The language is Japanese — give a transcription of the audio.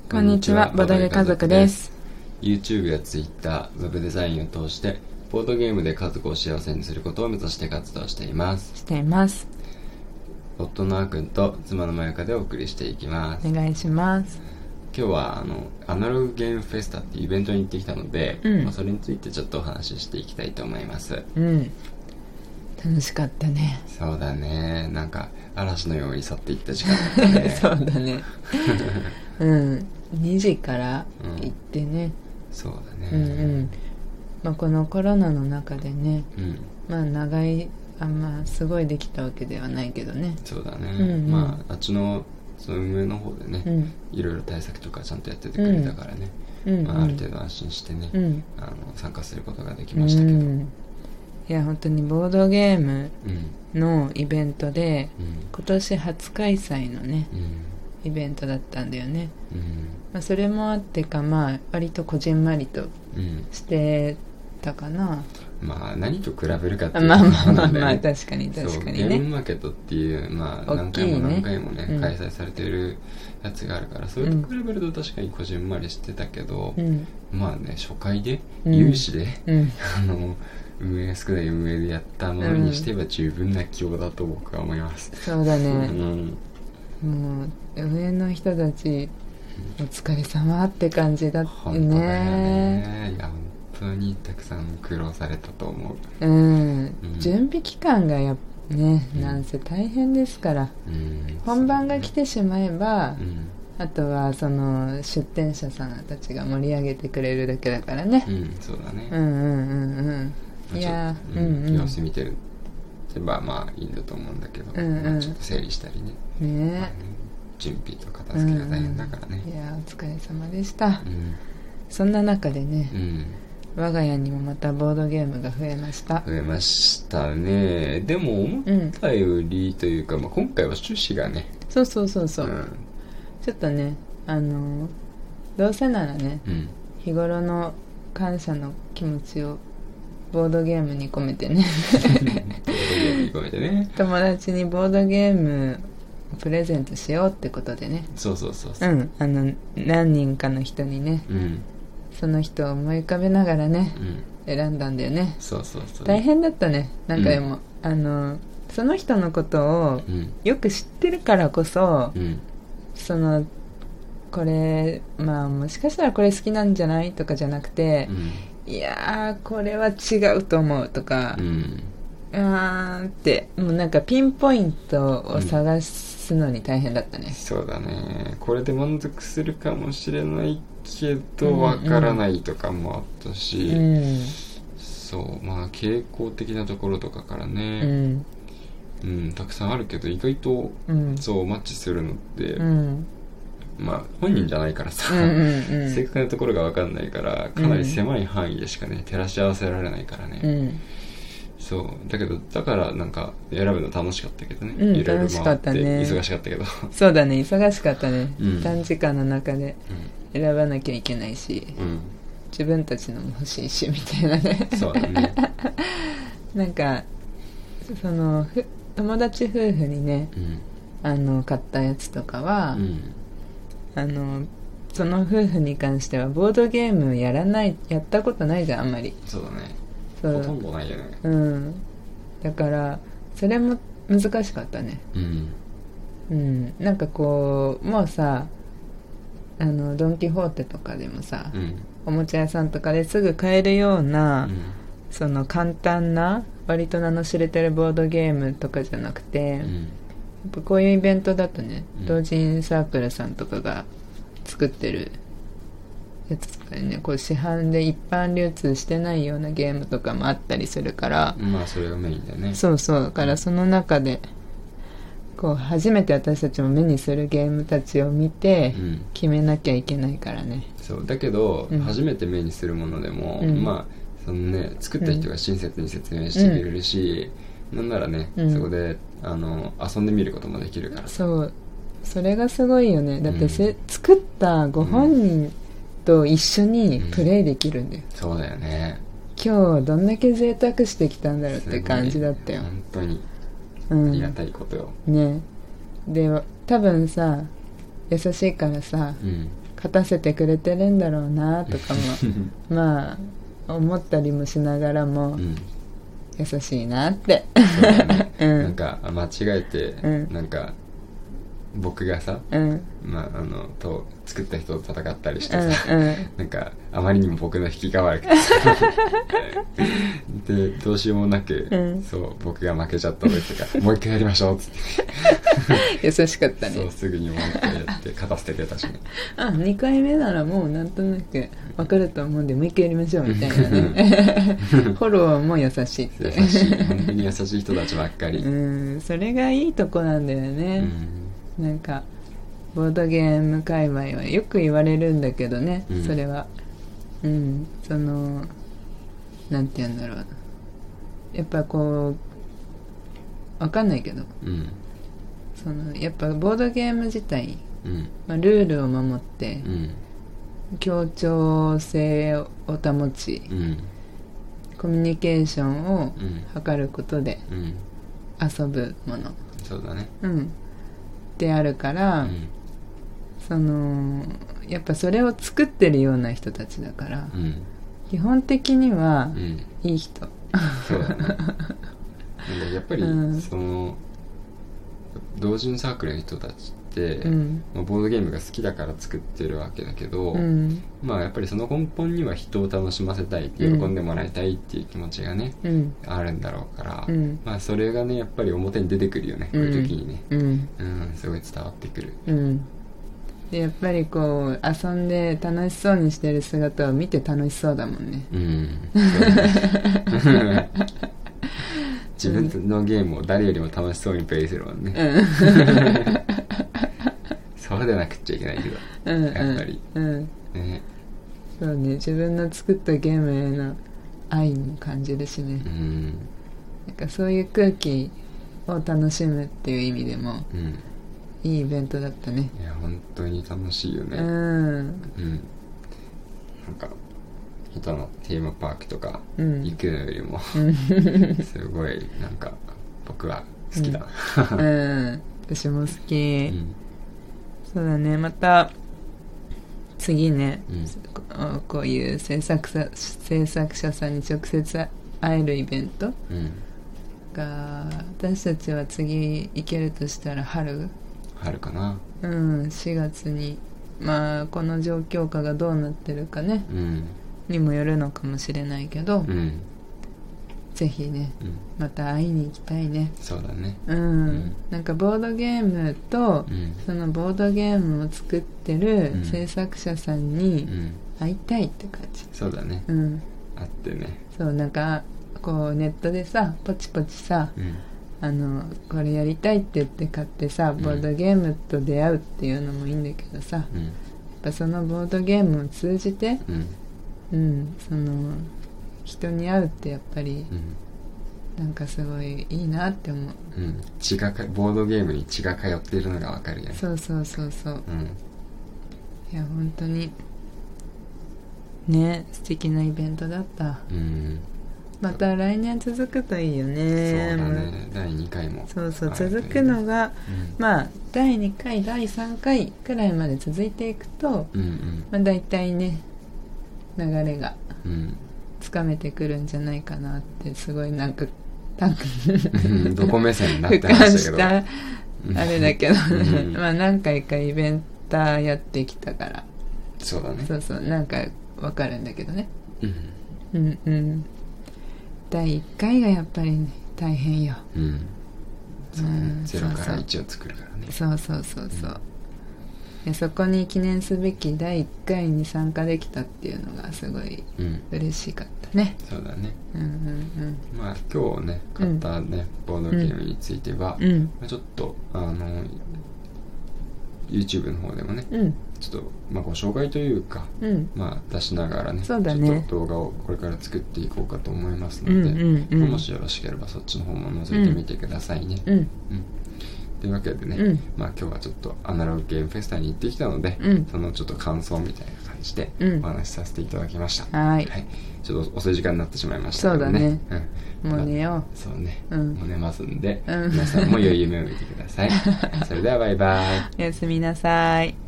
こんにちは、ボドゲ家族です。 YouTube や Twitter、ウェブデザインを通してボードゲームで家族を幸せにすることを目指して活動しています。夫のあくんと妻のまゆかでお送りしていきます。 お願いします。 今日はアナログゲームフェスタっていうイベントに行ってきたので、それについてちょっとお話ししていきたいと思います。 楽しかったね。 そうだね、なんか嵐のように去っていった時間だったね。 そうだね。2時から行ってね、 そうだね。 このコロナの中でね、長いすごいできたわけではないけどね。 そうだね、あっちのその運営の方でね、いろいろ対策とかちゃんとやっててくれたからね、ある程度安心してね、参加することができましたけど、 いや本当にボードゲームのイベントで、今年初開催のね、イベントだったんだよね。それもあってか、割とこじんまりとしてたかな。 何と比べるかっていう確かにね。 ゲームマーケットっていう、何回もね、開催されているやつがあるから、それと比べると確かにこじんまりしてたけど、初回で有志で、少ない運営でやったものにしては十分な規模だと僕は思います。 そうだね。もう運営の人たち、お疲れ様って感じだったね。 本当だよね。いや本当にたくさん苦労されたと思う。準備期間がなんせ大変ですから、本番が来てしまえば、あとはその出店者さんたちが盛り上げてくれるだけだからね。 そうだね。 いや様子見てるいいんだと思うんだけど、ちょっと整理したりね、準備と片付けが大変だからね。 いやお疲れ様でした。そんな中でね、我が家にもまたボードゲームが増えましたね。でも思ったよりというか、今回は趣旨がね、 そうちょっとね、どうせならね、日頃の感謝の気持ちをボードゲームに込めてね友達にボードゲームをプレゼントしようってことでね。何人かの人にね、その人を思い浮かべながらね、選んだんだよね。大変だったね。なんかでも、その人のことをよく知ってるからこそ、これもしかしたらこれ好きなんじゃないとかじゃなくて、いやーこれは違うと思うとか、ってもうなんかピンポイントを探すのに大変だったね。 そうだね。これで満足するかもしれないけどわからないとかもあったし、傾向的なところとかからね、たくさんあるけど意外と、マッチするのって、本人じゃないからさ、正確なところが分かんないから、かなり狭い範囲でしかね、照らし合わせられないからね、だからなんか選ぶの楽しかったけどね、いろいろ回って忙しかったけどそうだね、忙しかったね、短時間の中で選ばなきゃいけないし、自分たちのも欲しいしみたいなね。 そうだね。 なんかその友達夫婦にね、買ったやつとかは、その夫婦に関してはボードゲームやったことないじゃん、あんまり。 そうだね、ほとんどないよね。 だからそれも難しかったね。なんかこうもうさ、ドン・キホーテとかでもさ、おもちゃ屋さんとかですぐ買えるような、その簡単な割と名の知れてるボードゲームとかじゃなくて、やっぱこういうイベントだとね、同人サークルさんとかが作ってるやつとかね、こう市販で一般流通してないようなゲームとかもあったりするから、 それがメインだよね。 だからその中でこう初めて私たちも目にするゲームたちを見て決めなきゃいけないからね。 だけど、初めて目にするものでも、そのね、作った人が親切に説明してくれるし、なんならね、そこで遊んでみることもできるから。それがすごいよね。だって、作ったご本人と一緒にプレイできるんだよ。 そうだよね。 今日どんだけ贅沢してきたんだろうって感じだったよ。 本当にありがたいことよ。 ね。で多分さ、優しいからさ、 勝たせてくれてるんだろうなとかもまあ思ったりもしながらも、優しいなってそうだね、なんか間違えて、なんか僕がさ、と作った人と戦ったりしてさ、なんかあまりにも僕の引きが悪くてでどうしようもなく、そう僕が負けちゃった時とかもう一回やりましょうっつって優しかったね。 そうすぐにもう一回やって勝たせてくれたしね 2回目ならもうなんとなく分かると思うんでもう一回やりましょうみたいなねフォローも優しいって優しい、本当に優しい人たちばっかりそれがいいとこなんだよね、なんかボードゲーム界隈はよく言われるんだけどね、それはそのなんて言うんだろう、やっぱこうわかんないけど、そのやっぱボードゲーム自体、ルールを守って、協調性を保ち、コミュニケーションを図ることで遊ぶもの、 そうだね、 であるから、そのやっぱそれを作ってるような人たちだから、基本的には、いい人そうだねなんかやっぱり、その同人サークルの人たちって、ボードゲームが好きだから作ってるわけだけど、まあやっぱりその根本には人を楽しませたい、喜んでもらいたいっていう気持ちがね、あるんだろうから、まあそれがねやっぱり表に出てくるよね、こういう時にね、すごい伝わってくる、でやっぱりこう遊んで楽しそうにしてる姿を見て楽しそうだもんね、そうね自分のゲームを誰よりも楽しそうにプレイするもんね、そうでなくっちゃいけないけど、やっぱり、ね、そうね、自分の作ったゲームへの愛も感じるしね、なんかそういう空気を楽しむっていう意味でも、いいイベントだったね。いや本当に楽しいよね。なんか人のテーマパークとか行くのよりも、すごいなんか僕は好きだ、私も好き、そうだね。また次ね、こういう制作者さんに直接会えるイベントが、私たちは次行けるとしたら春かな、4月に、まあこの状況下がどうなってるかね、にもよるのかもしれないけど、ぜひね、また会いに行きたいね。そうだね、なんかボードゲームと、そのボードゲームを作ってる制作者さんに会いたいって感じ。そうだね、会ってね、そうなんかこうネットでさポチポチさ、これやりたいって言って買ってさ、ボードゲームと出会うっていうのもいいんだけどさ、やっぱそのボードゲームを通じて、その人に会うってやっぱり、なんかすごいいいなって思う、ボードゲームに血が通っているのが分かるよね。そうそうそうそう、いや本当にね、素敵なイベントだった。また来年続くといいよね。そうだね、第2回もそうそう、続くのが、まあ第2回第3回くらいまで続いていくと、まあ大体ね流れがつかめてくるんじゃないかなって、すごいなんかどこ目線になってましたけどあれだけどね、まあ何回かイベンターやってきたから、そうだね、そうそう、なんかわかるんだけどね、第1回がやっぱり、ね、大変よ、そうね、0から1を作るからね。そうそうそうそう、そこに記念すべき第1回に参加できたっていうのがすごい嬉しかったね。そうだね、まあ今日ね買ったね、ボードゲームについては、ちょっとYouTube の方でもね、ちょっとまあご紹介というか、まあ出しながらね、ちょっと動画をこれから作っていこうかと思いますので、もしよろしければそっちの方も覗いてみてくださいね。というわけでね、まあ今日はちょっとアナログゲームフェスタに行ってきたので、そのちょっと感想みたいな感じでお話しさせていただきました。はい、ちょっと遅い時間になってしまいましたけどね。そうだね、もう寝よう。そうね、もう寝ますんで、皆さんも良い夢を見てください。それではバイバイ。おやすみなさい。